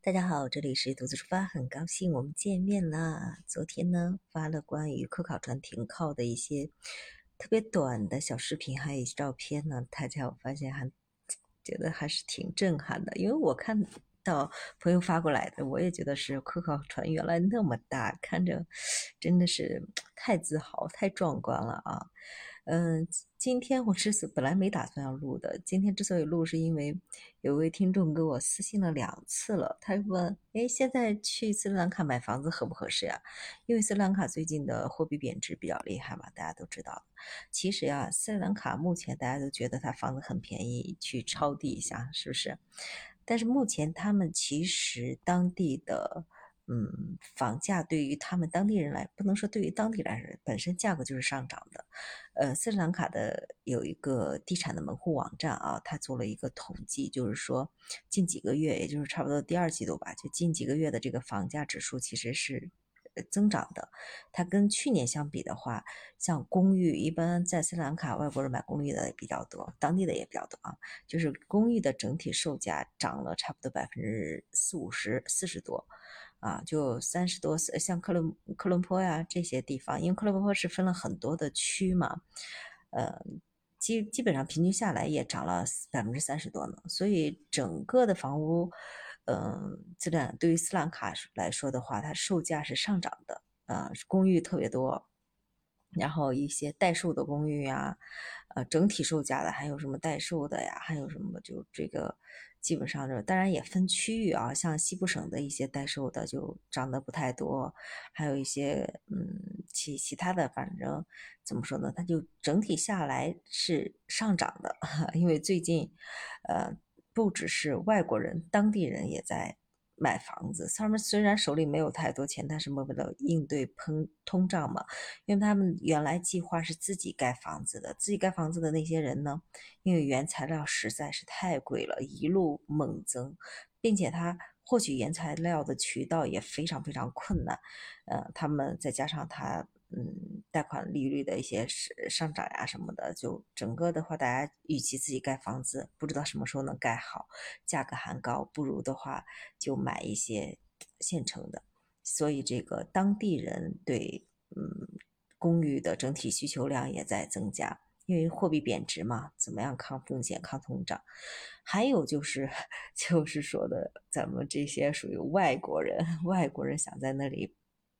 大家好，这里是独自出发，很高兴我们见面啦。昨天呢发了关于科考船停靠的一些特别短的小视频，还有照片呢，大家我发现觉得还是挺震撼的，因为我看到朋友发过来的，我也觉得是科考船原来那么大，看着真的是太自豪、太壮观了啊。嗯，今天本来没打算要录的，今天之所以录，是因为有位听众给我私信了2次了，他问：“哎，现在去斯里兰卡买房子合不合适呀？”因为斯里兰卡最近的货币贬值比较厉害嘛，大家都知道。其实呀，斯里兰卡目前大家都觉得它房子很便宜，去抄底一下，是不是？但是目前他们其实当地的房价对于他们当地人来，不能说对于当地来说，本身价格就是上涨的。斯里兰卡的有一个地产的门户网站啊，它做了一个统计，就是说近几个月，也就是差不多第2季度吧，就近几个月的这个房价指数其实是增长的。它跟去年相比的话，像公寓，一般在斯里兰卡外国人买公寓的也比较多，当地的也比较多啊。就是公寓的整体售价涨了差不多40%-50%、40多啊，就30多。像科伦坡呀这些地方，因为科伦坡是分了很多的区嘛，呃，基本上平均下来也涨了30%多呢。所以整个的房屋，对于斯里兰卡来说的话，它售价是上涨的，公寓特别多。然后一些代售的公寓呀，整体售价的，还有什么代售的呀，还有什么就这个基本上当然也分区域啊，像西部省的一些代售的就涨得不太多，还有一些其他的，反正怎么说呢，它就整体下来是上涨的。因为最近不只是外国人，当地人也在买房子，他们虽然手里没有太多钱，但是为了应对通胀嘛，因为他们原来计划是自己盖房子的，自己盖房子的那些人呢，因为原材料实在是太贵了，一路猛增，并且他获取原材料的渠道也非常非常困难，他们再加上贷款利率的一些上涨呀什么的，就整个的话，大家与其自己盖房子，不知道什么时候能盖好，价格还高，不如的话就买一些现成的。所以这个当地人对公寓的整体需求量也在增加，因为货币贬值嘛，怎么样抗风险、抗通胀？还有就是就是说的咱们这些属于外国人，外国人想在那里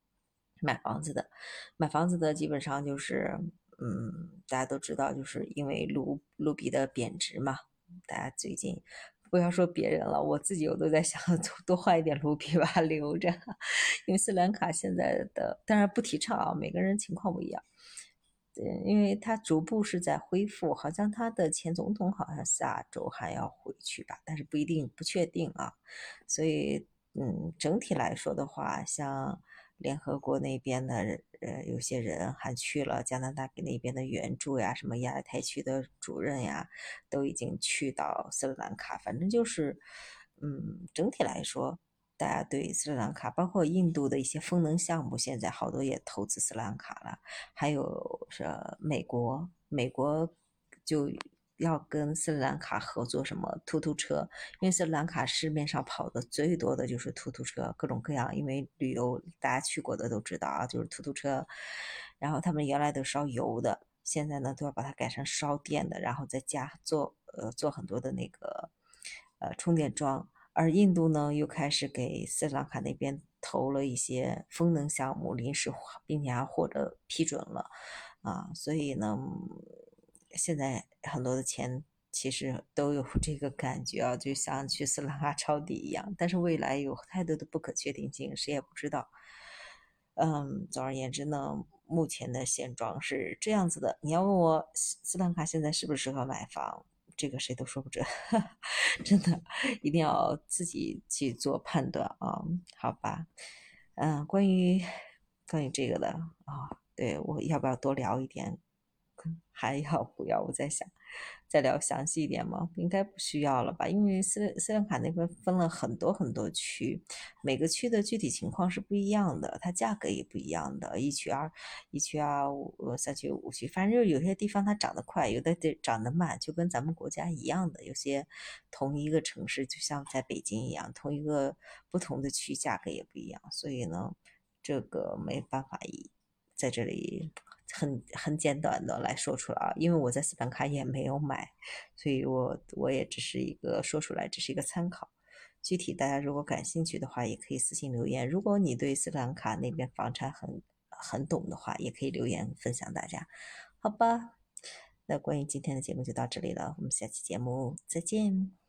买房子的基本上就是，大家都知道，就是因为卢比的贬值嘛，大家最近不要说别人了，我自己我都在想多换一点卢比把它留着，因为斯里兰卡现在的当然不提倡啊，每个人情况不一样。对，因为他逐步是在恢复，好像他的前总统好像下周还要回去吧，但是不一定，不确定啊。所以，整体来说的话，像联合国那边的有些人还去了加拿大那边的援助呀，什么亚太区的主任呀，都已经去到斯里兰卡。反正就是，整体来说。大家对斯里兰卡，包括印度的一些风能项目，现在好多也投资斯里兰卡了。还有是美国就要跟斯里兰卡合作什么突突车，因为斯里兰卡市面上跑的最多的就是突突车，各种各样。因为旅游大家去过的都知道啊，就是突突车。然后他们原来都烧油的，现在呢都要把它改成烧电的，然后再做很多的那个充电桩。而印度呢，又开始给斯里兰卡那边投了一些风能项目，临时并且还获得批准了啊，所以呢，现在很多的钱其实都有这个感觉啊，就像去斯里兰卡抄底一样，但是未来有太多的不可确定性，谁也不知道。总而言之呢，目前的现状是这样子的。你要问我斯里兰卡现在适不适合买房，这个谁都说不准，真的一定要自己去做判断啊，好吧？关于这个的啊，对，我要不要多聊一点还要不要？我在想，再聊详细一点吗？应该不需要了吧？因为斯里兰卡那边分了很多很多区，每个区的具体情况是不一样的，它价格也不一样的。一区二三区五区，反正就是有些地方它涨得快，有的地涨得慢，就跟咱们国家一样的。有些同一个城市，就像在北京一样，同一个不同的区价格也不一样，所以呢，这个没办法在这里很简短的来说出来啊，因为我在斯里兰卡也没有买，所以我也只是一个说出来，只是一个参考。具体大家如果感兴趣的话，也可以私信留言。如果你对斯里兰卡那边房产很懂的话，也可以留言分享大家，好吧？那关于今天的节目就到这里了，我们下期节目再见。